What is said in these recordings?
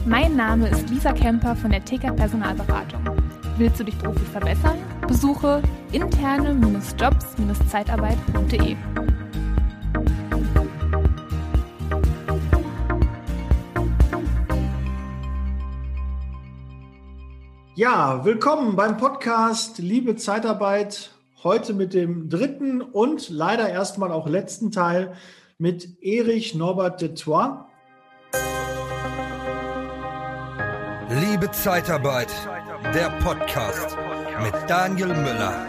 Mein Name ist Lisa Kemper von der TK Personalberatung. Willst du dich beruflich verbessern? Besuche interne-jobs-zeitarbeit.de. Ja, willkommen beim Podcast Liebe Zeitarbeit. Heute mit dem dritten und leider erstmal auch letzten Teil mit Erich Norbert de Troyes. Liebe Zeitarbeit, der Podcast mit Daniel Müller.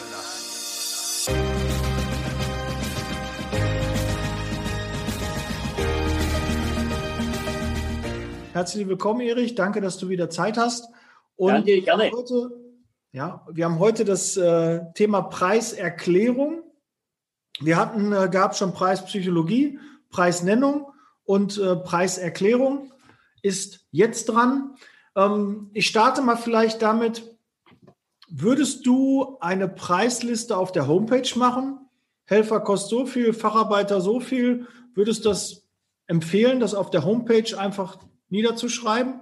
Herzlich willkommen, Erich. Danke, dass du wieder Zeit hast. Und danke, gerne. Wir haben heute das Thema Preiserklärung. Gab schon Preispsychologie, Preisnennung und Preiserklärung ist jetzt dran. Ich starte mal vielleicht damit, würdest du eine Preisliste auf der Homepage machen? Helfer kostet so viel, Facharbeiter so viel. Würdest du das empfehlen, das auf der Homepage einfach niederzuschreiben?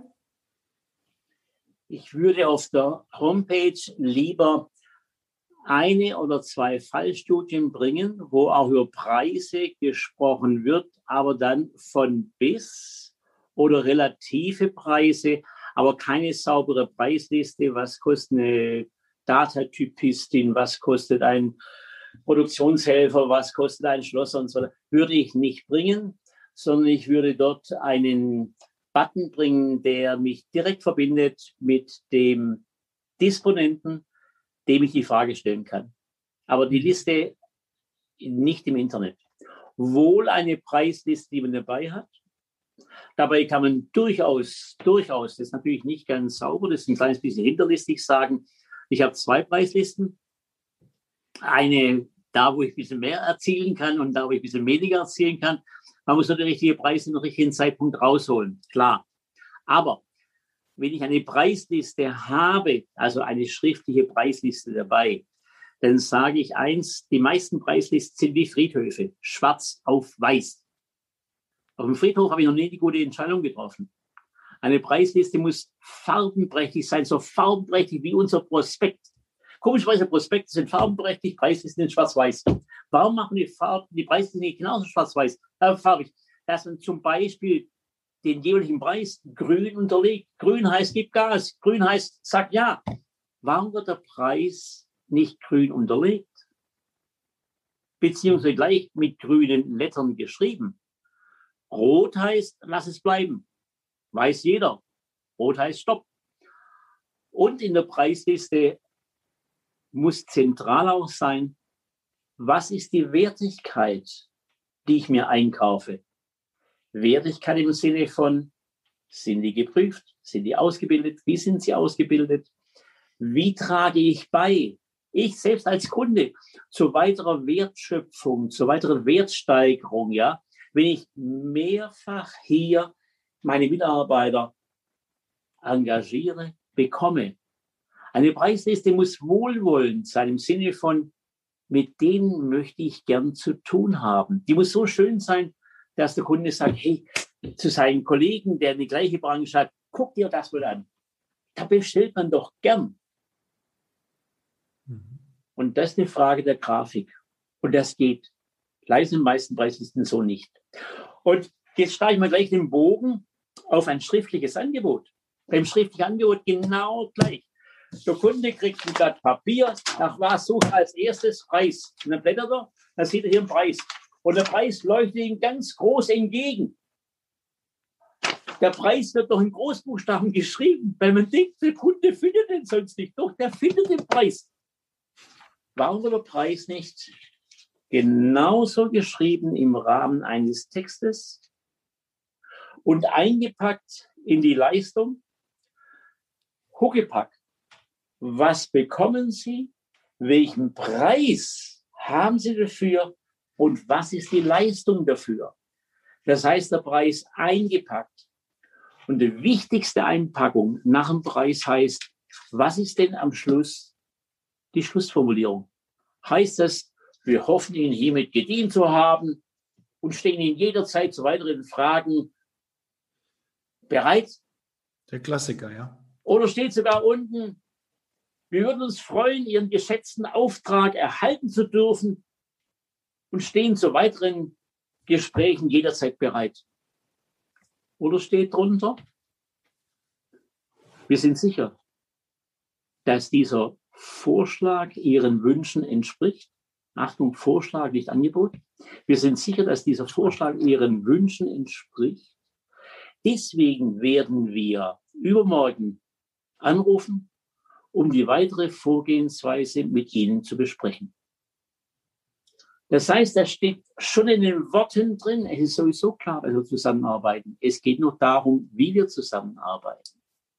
Ich würde auf der Homepage lieber eine oder zwei Fallstudien bringen, wo auch über Preise gesprochen wird, aber dann von bis oder relative Preise, aber keine saubere Preisliste. Was kostet eine Datatypistin, was kostet ein Produktionshelfer, was kostet ein Schlosser und so weiter, würde ich nicht bringen, sondern ich würde dort einen Button bringen, der mich direkt verbindet mit dem Disponenten, dem ich die Frage stellen kann. Aber die Liste nicht im Internet. Wohl eine Preisliste, die man dabei hat. Dabei kann man durchaus, das ist natürlich nicht ganz sauber, das ist ein kleines bisschen hinterlistig, sagen, ich habe zwei Preislisten. Eine da, wo ich ein bisschen mehr erzielen kann und da, wo ich ein bisschen weniger erzielen kann. Man muss nur die richtige Preise in den richtigen Zeitpunkt rausholen, klar. Aber wenn ich eine Preisliste habe, also eine schriftliche Preisliste dabei, dann sage ich eins, die meisten Preislisten sind wie Friedhöfe, schwarz auf weiß. Auf dem Friedhof habe ich noch nie die gute Entscheidung getroffen. Eine Preisliste muss farbenprächtig sein, so farbenprächtig wie unser Prospekt. Komischerweise Prospekte sind farbenprächtig, Preislisten sind schwarz-weiß. Warum machen die Preislisten nicht genauso schwarz-weiß? Farbig. Dass man zum Beispiel den jeweiligen Preis grün unterlegt. Grün heißt, gib Gas. Grün heißt, sag ja. Warum wird der Preis nicht grün unterlegt? Beziehungsweise gleich mit grünen Lettern geschrieben. Rot heißt, lass es bleiben. Weiß jeder. Rot heißt, stopp. Und in der Preisliste muss zentral auch sein, was ist die Wertigkeit, die ich mir einkaufe? Wertigkeit im Sinne von, sind die geprüft? Sind die ausgebildet? Wie sind sie ausgebildet? Wie trage ich bei? Ich selbst als Kunde zu weiterer Wertschöpfung, zu weiterer Wertsteigerung, ja, wenn ich mehrfach hier meine Mitarbeiter engagiere, bekomme. Eine Preisliste muss wohlwollend sein im Sinne von, mit denen möchte ich gern zu tun haben. Die muss so schön sein, dass der Kunde sagt, hey, zu seinen Kollegen, der die gleiche Branche hat, guck dir das mal an. Da bestellt man doch gern. Und das ist eine Frage der Grafik. Und das geht leider in den meisten Preislisten so nicht. Und jetzt schlage ich mal gleich den Bogen auf ein schriftliches Angebot. Beim schriftlichen Angebot genau gleich. Der Kunde kriegt ein Blatt Papier, nach was sucht er als erstes Preis. Und dann blättert er, dann sieht er hier einen Preis. Und der Preis leuchtet ihm ganz groß entgegen. Der Preis wird doch in Großbuchstaben geschrieben, weil man denkt, der Kunde findet den sonst nicht. Doch, der findet den Preis. Warum wird der Preis nicht genauso geschrieben im Rahmen eines Textes und eingepackt in die Leistung? Huckepack. Was bekommen Sie? Welchen Preis haben Sie dafür? Und was ist die Leistung dafür? Das heißt, der Preis eingepackt. Und die wichtigste Einpackung nach dem Preis heißt, was ist denn am Schluss die Schlussformulierung? Heißt das, wir hoffen Ihnen hiermit gedient zu haben und stehen Ihnen jederzeit zu weiteren Fragen bereit? Der Klassiker, ja. Oder steht sogar unten, wir würden uns freuen, Ihren geschätzten Auftrag erhalten zu dürfen und stehen zu weiteren Gesprächen jederzeit bereit. Oder steht drunter, wir sind sicher, dass dieser Vorschlag Ihren Wünschen entspricht. Achtung, Vorschlag, nicht Angebot. Wir sind sicher, dass dieser Vorschlag Ihren Wünschen entspricht. Deswegen werden wir übermorgen anrufen, um die weitere Vorgehensweise mit Ihnen zu besprechen. Das heißt, das steht schon in den Worten drin. Es ist sowieso klar, dass wir zusammenarbeiten. Es geht nur darum, wie wir zusammenarbeiten.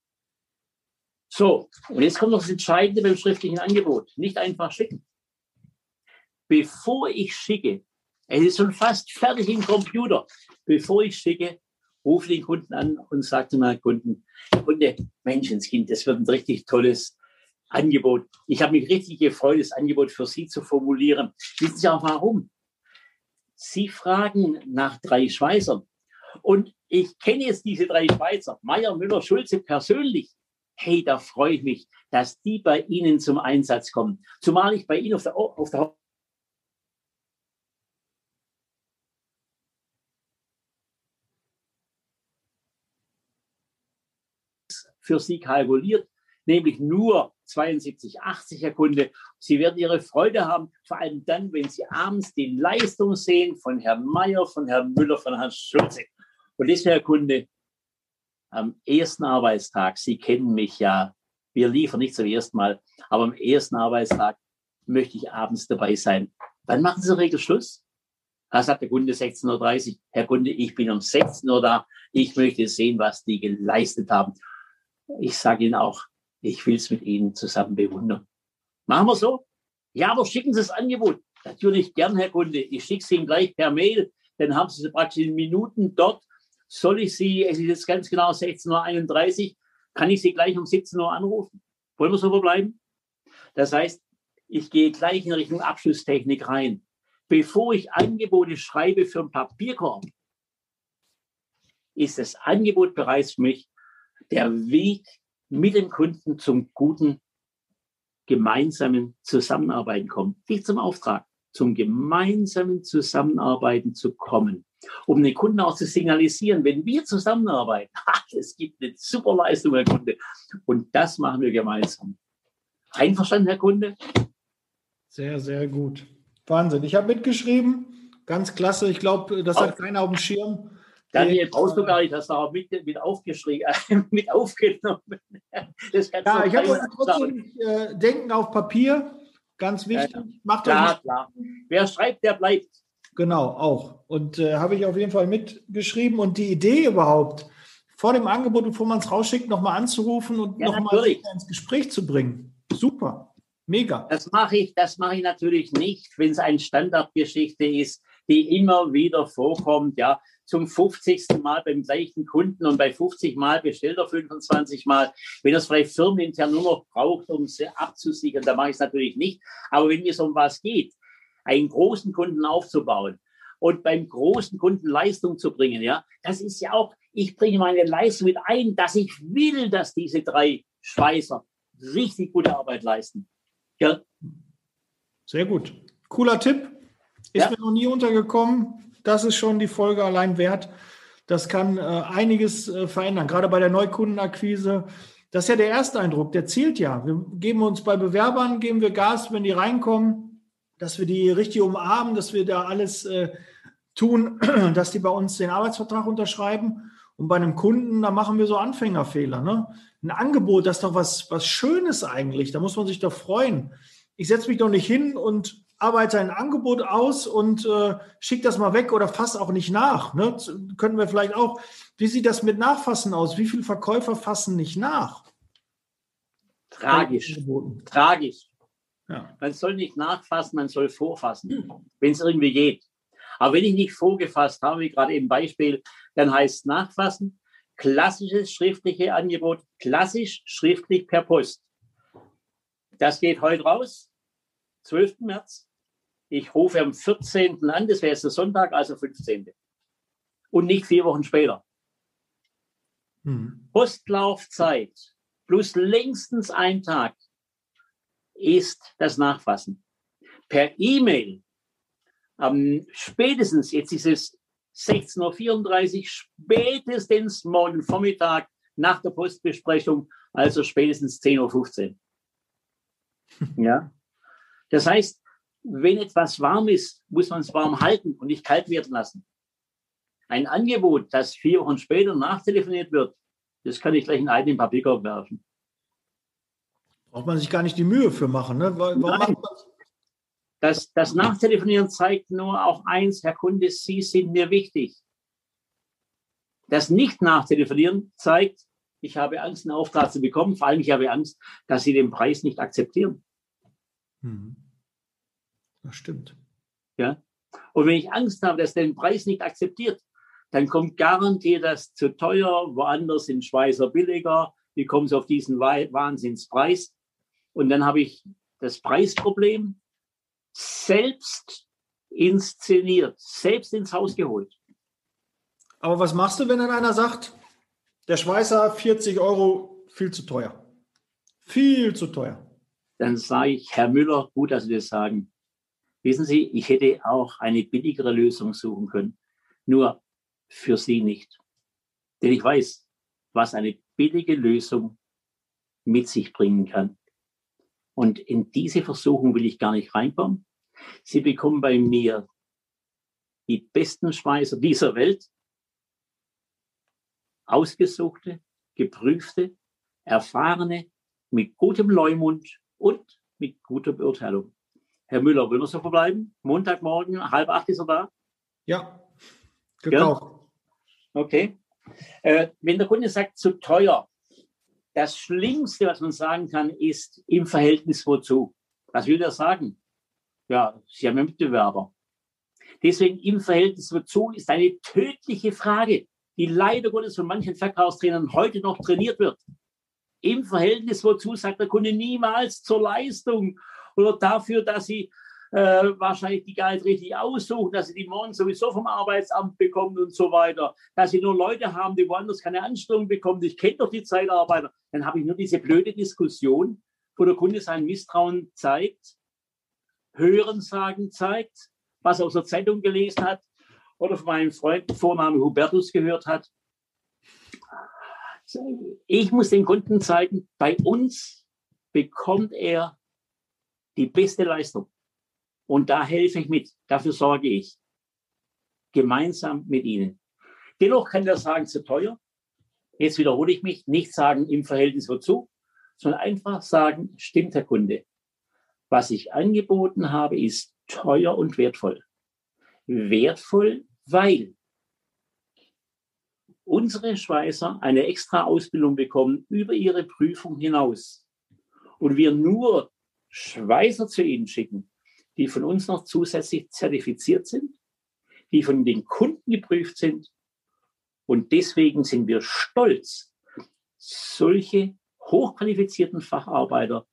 So, und jetzt kommt noch das Entscheidende beim schriftlichen Angebot. Nicht einfach schicken. Bevor ich schicke, es ist schon fast fertig im Computer, bevor ich schicke, rufe den Kunden an und sage zu meinem Kunden, Kunde, Menschenskind, das wird ein richtig tolles Angebot. Ich habe mich richtig gefreut, das Angebot für Sie zu formulieren. Wissen Sie auch warum? Sie fragen nach 3 Schweißern. Und ich kenne jetzt diese 3 Schweizer, Meier, Müller, Schulze persönlich. Hey, da freue ich mich, dass die bei Ihnen zum Einsatz kommen. Zumal ich bei Ihnen auf der für Sie kalkuliert, nämlich nur 72,80, Herr Kunde. Sie werden Ihre Freude haben, vor allem dann, wenn Sie abends die Leistung sehen von Herrn Meier, von Herrn Müller, von Herrn Schulze. Und das, Herr Kunde, am ersten Arbeitstag, Sie kennen mich ja, wir liefern nicht zum ersten Mal, aber am ersten Arbeitstag möchte ich abends dabei sein. Wann machen Sie Regel Schluss? Da sagt der Kunde 16:30 Uhr. Herr Kunde, ich bin um 16 Uhr da. Ich möchte sehen, was die geleistet haben. Ich sage Ihnen auch, ich will es mit Ihnen zusammen bewundern. Machen wir so? Ja, aber schicken Sie das Angebot. Natürlich gern, Herr Kunde. Ich schicke es Ihnen gleich per Mail. Dann haben Sie es praktisch in Minuten dort. Soll ich Sie, es ist jetzt ganz genau 16:31 Uhr, kann ich Sie gleich um 17 Uhr anrufen? Wollen wir so verbleiben? Das heißt, ich gehe gleich in Richtung Abschlusstechnik rein. Bevor ich Angebote schreibe für einen Papierkorb, ist das Angebot bereits für mich der Weg mit dem Kunden zum guten gemeinsamen Zusammenarbeiten kommen. Nicht zum Auftrag, zum gemeinsamen Zusammenarbeiten zu kommen. Um den Kunden auch zu signalisieren, wenn wir zusammenarbeiten, es gibt eine super Leistung, Herr Kunde. Und das machen wir gemeinsam. Einverstanden, Herr Kunde? Sehr, sehr gut. Wahnsinn. Ich habe mitgeschrieben. Ganz klasse. Ich glaube, das hat keiner auf dem Schirm. Daniel, brauchst du gar nicht, hast du auch mit aufgeschrieben, mit aufgenommen. Das ja, ich habe trotzdem Denken auf Papier. Ganz wichtig. Ja. Macht klar. Wer schreibt, der bleibt. Genau, auch. Und habe ich auf jeden Fall mitgeschrieben. Und die Idee überhaupt, vor dem Angebot, bevor man es rausschickt, nochmal anzurufen und nochmal ins Gespräch zu bringen. Super, mega. Das mache ich natürlich nicht, wenn es eine Standardgeschichte ist, die immer wieder vorkommt. Ja, zum 50. Mal beim gleichen Kunden und bei 50 Mal bestellt er 25 Mal. Wenn er es vielleicht firmenintern nur noch braucht, um es abzusichern, dann mache ich es natürlich nicht. Aber wenn es um was geht, einen großen Kunden aufzubauen und beim großen Kunden Leistung zu bringen, ja, das ist ja auch, ich bringe meine Leistung mit ein, dass ich will, dass diese 3 Schweißer richtig gute Arbeit leisten. Ja. Sehr gut. Cooler Tipp. Ist mir noch nie untergekommen. Das ist schon die Folge allein wert. Das kann einiges verändern, gerade bei der Neukundenakquise. Das ist ja der erste Eindruck, der zählt ja. Wir geben uns bei Bewerbern, geben wir Gas, wenn die reinkommen, dass wir die richtig umarmen, dass wir da alles tun, dass die bei uns den Arbeitsvertrag unterschreiben. Und bei einem Kunden, da machen wir so Anfängerfehler. Ne? Ein Angebot, das ist doch was Schönes eigentlich. Da muss man sich doch freuen. Ich setze mich doch nicht hin und arbeite ein Angebot aus und schicke das mal weg oder fasse auch nicht nach. Ne? Könnten wir vielleicht auch, wie sieht das mit Nachfassen aus? Wie viele Verkäufer fassen nicht nach? Tragisch. Ja. Man soll nicht nachfassen, man soll vorfassen, wenn es irgendwie geht. Aber wenn ich nicht vorgefasst habe, wie gerade im Beispiel, dann heißt es nachfassen, klassisches schriftliche Angebot, klassisch schriftlich per Post. Das geht heute raus, 12. März. Ich rufe am 14. an, das wäre jetzt der Sonntag, also 15. Und nicht 4 Wochen später. Postlaufzeit plus längstens ein Tag ist das Nachfassen. Per E-Mail, spätestens, jetzt ist es 16.34 Uhr, spätestens morgen Vormittag nach der Postbesprechung, also spätestens 10.15 Uhr. Ja? Das heißt, wenn etwas warm ist, muss man es warm halten und nicht kalt werden lassen. Ein Angebot, das 4 Wochen später nachtelefoniert wird, das kann ich gleich in einen Papierkorb werfen. Braucht man sich gar nicht die Mühe für machen, ne? Warum macht man das Nachtelefonieren zeigt nur auch eins, Herr Kunde, Sie sind mir wichtig. Das Nicht-Nachtelefonieren zeigt, ich habe Angst, einen Auftrag zu bekommen. Vor allem, ich habe Angst, dass Sie den Preis nicht akzeptieren. Das stimmt. Ja? Und wenn ich Angst habe, dass der den Preis nicht akzeptiert, dann kommt garantiert das zu teuer, woanders sind Schweißer billiger, wie kommen sie auf diesen Wahnsinnspreis? Und dann habe ich das Preisproblem selbst inszeniert, selbst ins Haus geholt. Aber was machst du, wenn dann einer sagt, der Schweißer 40 Euro, viel zu teuer? Viel zu teuer. Dann sage ich, Herr Müller, gut, dass Sie das sagen. Wissen Sie, ich hätte auch eine billigere Lösung suchen können. Nur für Sie nicht. Denn ich weiß, was eine billige Lösung mit sich bringen kann. Und in diese Versuchung will ich gar nicht reinkommen. Sie bekommen bei mir die besten Schweißer dieser Welt, ausgesuchte, geprüfte, erfahrene, mit gutem Leumund und mit guter Beurteilung. Herr Müller, wollen wir so verbleiben? Montagmorgen, 7:30 ist er da? Ja, gekauft. Ja? Okay. Wenn der Kunde sagt, zu teuer, das Schlimmste, was man sagen kann, ist im Verhältnis wozu. Was will er sagen? Ja, Sie haben einen Mitbewerber. Deswegen im Verhältnis wozu ist eine tödliche Frage, die leider Gottes von manchen Verkaufstrainern heute noch trainiert wird. Im Verhältnis wozu sagt der Kunde niemals zur Leistung oder dafür, dass Sie wahrscheinlich die Gehalt richtig aussuchen, dass Sie die morgen sowieso vom Arbeitsamt bekommen und so weiter, dass Sie nur Leute haben, die woanders keine Anstellung bekommen. Ich kenne doch die Zeitarbeiter. Dann habe ich nur diese blöde Diskussion, wo der Kunde sein Misstrauen zeigt, Hörensagen zeigt, was er aus der Zeitung gelesen hat oder von meinem Freund Vorname Hubertus gehört hat. Ich muss den Kunden zeigen, bei uns bekommt er die beste Leistung. Und da helfe ich mit, dafür sorge ich, gemeinsam mit Ihnen. Dennoch kann der sagen, zu teuer. Jetzt wiederhole ich mich, nicht sagen im Verhältnis wozu, sondern einfach sagen, stimmt, Herr Kunde. Was ich angeboten habe, ist teuer und wertvoll. Wertvoll, weil unsere Schweißer eine extra Ausbildung bekommen über ihre Prüfung hinaus. Und wir nur Schweißer zu Ihnen schicken, die von uns noch zusätzlich zertifiziert sind, die von den Kunden geprüft sind. Und deswegen sind wir stolz, solche hochqualifizierten Facharbeiter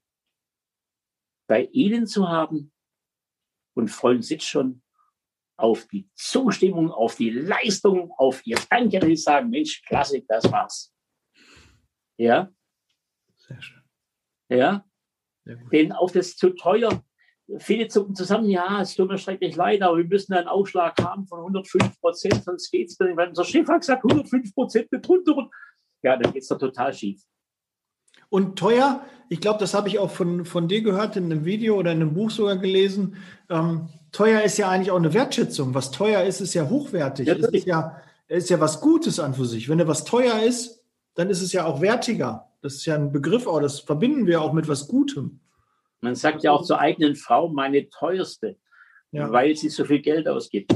bei Ihnen zu haben und freuen uns jetzt schon auf die Zustimmung, auf die Leistung, auf Ihr Danke, dass Sie sagen, Mensch, klasse, das war's. Ja? Sehr schön. Ja? Denn auf das zu teuer, viele zucken zusammen, ja, es tut mir schrecklich leid, aber wir müssen einen Aufschlag haben von 105%, sonst geht es nicht. Wenn unser Chef hat gesagt, 105% mit runter, ja, dann geht es doch total schief. Und teuer, ich glaube, das habe ich auch von dir gehört, in einem Video oder in einem Buch sogar gelesen. Teuer ist ja eigentlich auch eine Wertschätzung. Was teuer ist, ist ja hochwertig. Es ist ja was Gutes an für sich. Wenn was teuer ist, dann ist es ja auch wertiger. Das ist ja ein Begriff, auch das verbinden wir auch mit was Gutem. Man sagt ja auch zur eigenen Frau, meine teuerste, ja, weil sie so viel Geld ausgibt.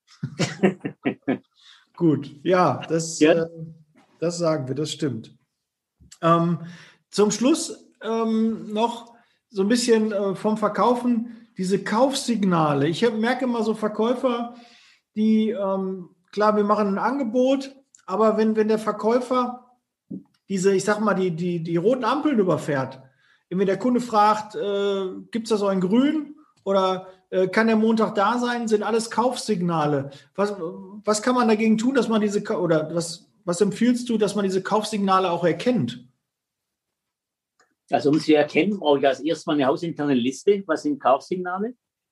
Gut, ja, das sagen wir, das stimmt. Zum Schluss noch so ein bisschen vom Verkaufen, diese Kaufsignale. Ich merke immer so Verkäufer, die, klar, wir machen ein Angebot, aber wenn der Verkäufer diese, ich sag mal, die roten Ampeln überfährt, wenn der Kunde fragt, gibt es da so ein Grün oder kann der Montag da sein, sind alles Kaufsignale. Was kann man dagegen tun, dass man was was empfiehlst du, dass man diese Kaufsignale auch erkennt? Also um sie zu erkennen, brauche ich als erstes mal eine hausinterne Liste. Was sind Kaufsignale?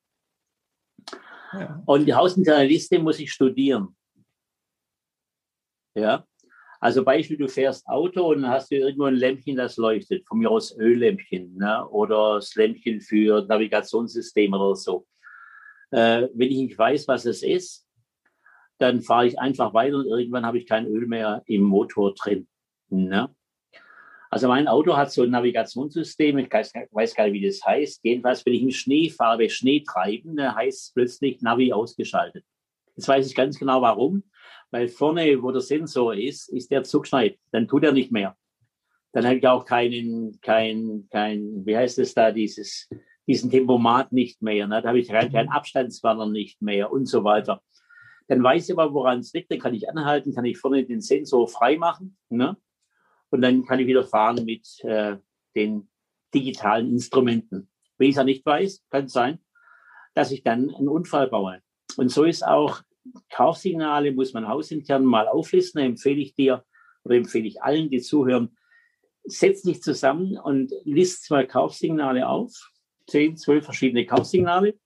Ja. Und die hausinterne Liste muss ich studieren. Ja. Also Beispiel, du fährst Auto und dann hast du irgendwo ein Lämpchen, das leuchtet. Von mir aus Öllämpchen, ne? Oder das Lämpchen für Navigationssystem oder so. Wenn ich nicht weiß, was es ist, dann fahre ich einfach weiter und irgendwann habe ich kein Öl mehr im Motor drin. Ne? Also mein Auto hat so ein Navigationssystem, ich weiß gar nicht, wie das heißt. Jedenfalls, wenn ich im Schnee fahre, bei Schneetreiben, dann heißt es plötzlich Navi ausgeschaltet. Jetzt weiß ich ganz genau, warum. Weil vorne, wo der Sensor ist der zugeschneit. Dann tut er nicht mehr. Dann habe ich auch keinen, wie heißt es da, diesen Tempomat nicht mehr. Ne? Da habe ich keinen Abstandswarner nicht mehr und so weiter. Dann weiß ich aber, woran es liegt. Dann kann ich anhalten, kann ich vorne den Sensor freimachen. Ne? Und dann kann ich wieder fahren mit den digitalen Instrumenten. Wenn ich es ja nicht weiß, kann es sein, dass ich dann einen Unfall baue. Und so ist auch, Kaufsignale muss man hausintern mal auflisten. Da empfehle ich dir oder empfehle ich allen, die zuhören, setz dich zusammen und list mal Kaufsignale auf. 10, 12 verschiedene Kaufsignale.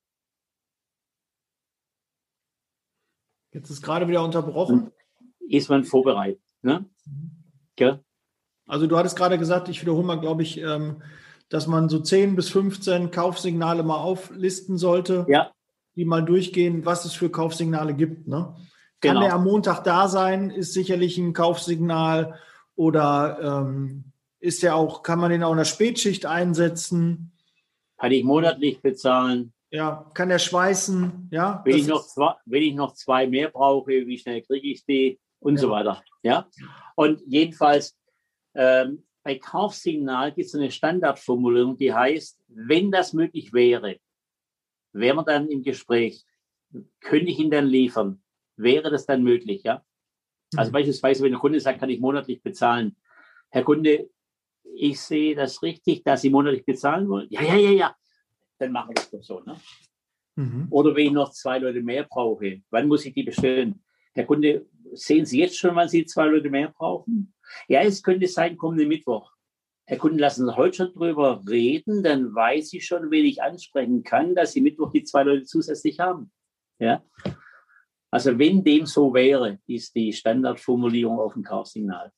Jetzt ist gerade wieder unterbrochen. Ist man vorbereitet. Ne? Ja. Also du hattest gerade gesagt, ich wiederhole mal, glaube ich, dass man so 10 bis 15 Kaufsignale mal auflisten sollte. Ja. Die mal durchgehen, was es für Kaufsignale gibt. Ne? Kann der am Montag da sein, ist sicherlich ein Kaufsignal oder kann man den auch in der Spätschicht einsetzen? Kann ich monatlich bezahlen? Ja, kann der schweißen? Ja. Wenn ich noch 2 mehr brauche, wie schnell kriege ich die und so weiter. Ja. Und jedenfalls bei Kaufsignal gibt es eine Standardformulierung, die heißt, wenn das möglich wäre, wären wir dann im Gespräch, könnte ich ihn dann liefern? Wäre das dann möglich, ja? Also beispielsweise, wenn der Kunde sagt, kann ich monatlich bezahlen. Herr Kunde, ich sehe das richtig, dass Sie monatlich bezahlen wollen. Ja. Dann machen wir das doch so, ne? Oder wenn ich noch 2 Leute mehr brauche, wann muss ich die bestellen? Herr Kunde, sehen Sie jetzt schon, wann Sie 2 Leute mehr brauchen? Ja, es könnte sein, kommenden Mittwoch. Herr Kunde, lassen Sie heute schon drüber reden, dann weiß ich schon, wen ich ansprechen kann, dass Sie Mittwoch die 2 Leute zusätzlich haben. Ja? Also wenn dem so wäre, ist die Standardformulierung auf dem Kaufsignal.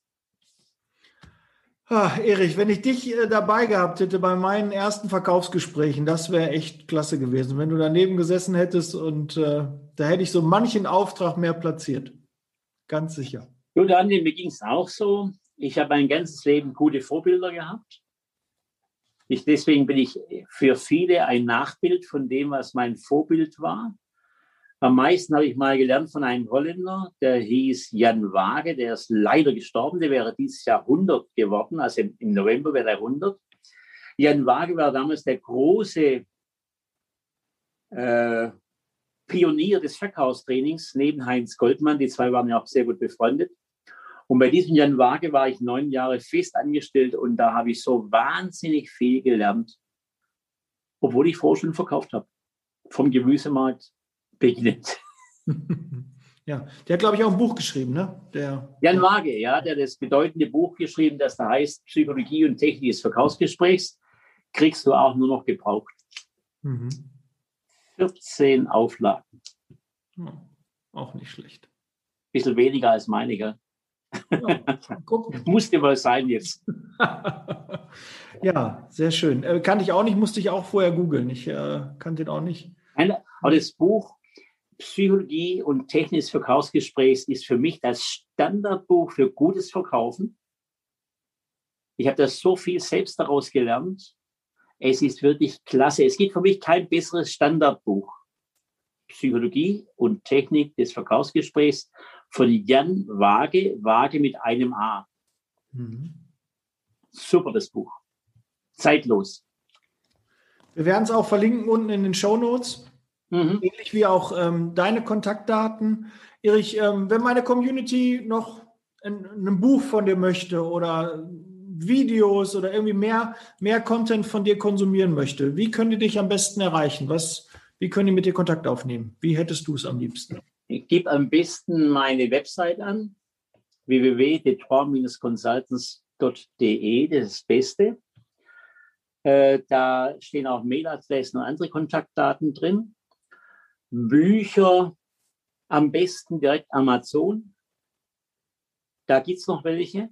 Erich, wenn ich dich dabei gehabt hätte bei meinen ersten Verkaufsgesprächen, das wäre echt klasse gewesen, wenn du daneben gesessen hättest und da hätte ich so manchen Auftrag mehr platziert. Ganz sicher. Jo, Daniel, mir ging es auch so. Ich habe mein ganzes Leben gute Vorbilder gehabt. Deswegen bin ich für viele ein Nachbild von dem, was mein Vorbild war. Am meisten habe ich mal gelernt von einem Holländer, der hieß Jan Waage, der ist leider gestorben, der wäre dieses Jahr 100 geworden, also im November wäre er 100. Jan Waage war damals der große Pionier des Verkaufstrainings neben Heinz Goldmann, die 2 waren ja auch sehr gut befreundet. Und bei diesem Jan Waage war ich 9 Jahre fest angestellt und da habe ich so wahnsinnig viel gelernt, obwohl ich vorher schon verkauft habe. Vom Gemüsemarkt beginnend. Ja, der hat, glaube ich, auch ein Buch geschrieben, ne? Jan Waage, ja, der hat das bedeutende Buch geschrieben, das da heißt Psychologie und Technik des Verkaufsgesprächs. Kriegst du auch nur noch gebraucht. 14 Auflagen. Ja, auch nicht schlecht. Bisschen weniger als meine, gell? Ja, musste mal sein jetzt. Ja, sehr schön. Kannte ich auch nicht, musste ich auch vorher googeln. Ich kannte ihn auch nicht. Aber das Buch Psychologie und Technik des Verkaufsgesprächs ist für mich das Standardbuch für gutes Verkaufen. Ich habe das so viel selbst daraus gelernt. Es ist wirklich klasse. Es gibt für mich kein besseres Standardbuch. Psychologie und Technik des Verkaufsgesprächs von Jan Waage, Waage mit einem A. Super, das Buch. Zeitlos. Wir werden es auch verlinken unten in den Shownotes. Ähnlich wie auch deine Kontaktdaten. Erich, wenn meine Community noch ein Buch von dir möchte oder Videos oder irgendwie mehr Content von dir konsumieren möchte, wie können die dich am besten erreichen? Wie können die mit dir Kontakt aufnehmen? Wie hättest du es am liebsten? Ich gebe am besten meine Website an, www.detroit-consultants.de, das ist das Beste. Da stehen auch Mailadressen und andere Kontaktdaten drin. Bücher, am besten direkt Amazon. Da gibt es noch welche.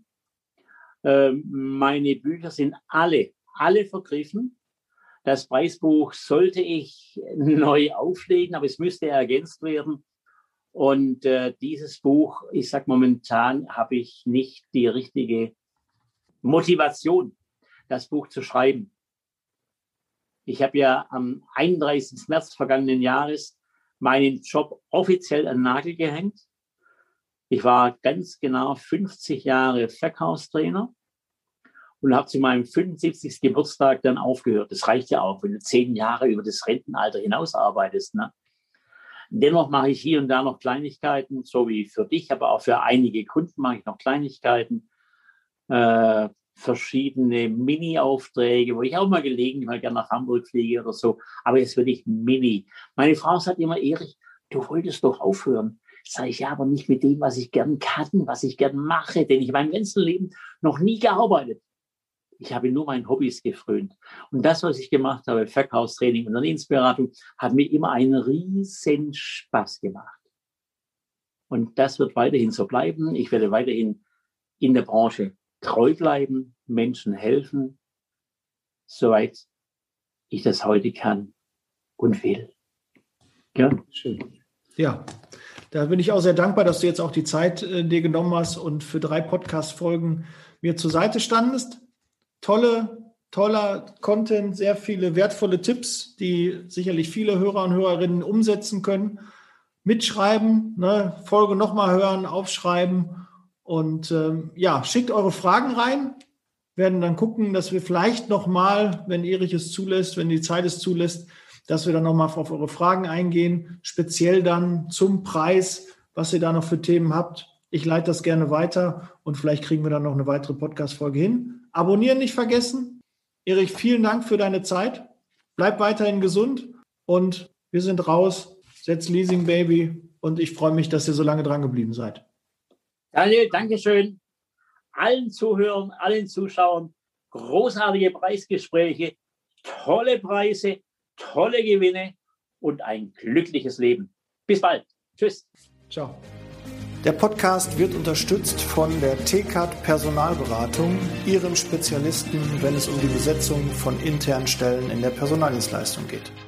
Meine Bücher sind alle vergriffen. Das Preisbuch sollte ich neu auflegen, aber es müsste ergänzt werden. Und dieses Buch, ich sage momentan, habe ich nicht die richtige Motivation, das Buch zu schreiben. Ich habe ja am 31. März vergangenen Jahres meinen Job offiziell an den Nagel gehängt. Ich war ganz genau 50 Jahre Verkaufstrainer und habe zu meinem 75. Geburtstag dann aufgehört. Das reicht ja auch, wenn du 10 Jahre über das Rentenalter hinaus arbeitest, ne? Dennoch mache ich hier und da noch Kleinigkeiten, so wie für dich, aber auch für einige Kunden mache ich noch Kleinigkeiten, verschiedene Mini-Aufträge, wo ich auch mal gelegentlich mal gerne nach Hamburg fliege oder so. Aber jetzt wirklich Mini. Meine Frau sagt immer, Erich, du wolltest doch aufhören. Sage ich, ja, aber nicht mit dem, was ich gern kann, was ich gern mache, denn ich habe mein ganzes Leben noch nie gearbeitet. Ich habe nur meinen Hobbys gefrönt. Und das, was ich gemacht habe, Verkaufstraining, Unternehmensberatung, hat mir immer einen riesen Spaß gemacht. Und das wird weiterhin so bleiben. Ich werde weiterhin in der Branche treu bleiben, Menschen helfen, soweit ich das heute kann und will. Ja, schön. Ja, da bin ich auch sehr dankbar, dass du jetzt auch die Zeit dir genommen hast und für 3 Podcast-Folgen mir zur Seite standest. Toller Content, sehr viele wertvolle Tipps, die sicherlich viele Hörer und Hörerinnen umsetzen können. Mitschreiben, ne, Folge nochmal hören, aufschreiben und schickt eure Fragen rein. Werden dann gucken, dass wir vielleicht nochmal, wenn Erich es zulässt, wenn die Zeit es zulässt, dass wir dann nochmal auf eure Fragen eingehen, speziell dann zum Preis, was ihr da noch für Themen habt. Ich leite das gerne weiter und vielleicht kriegen wir dann noch eine weitere Podcast-Folge hin. Abonnieren nicht vergessen. Erich, vielen Dank für deine Zeit. Bleib weiterhin gesund und wir sind raus. Setz Leasing Baby und ich freue mich, dass ihr so lange dran geblieben seid. Daniel, Dankeschön. Allen Zuhörern, allen Zuschauern, großartige Preisgespräche, tolle Preise, tolle Gewinne und ein glückliches Leben. Bis bald. Tschüss. Ciao. Der Podcast wird unterstützt von der TCAT Personalberatung, Ihrem Spezialisten, wenn es um die Besetzung von internen Stellen in der Personaldienstleistung geht.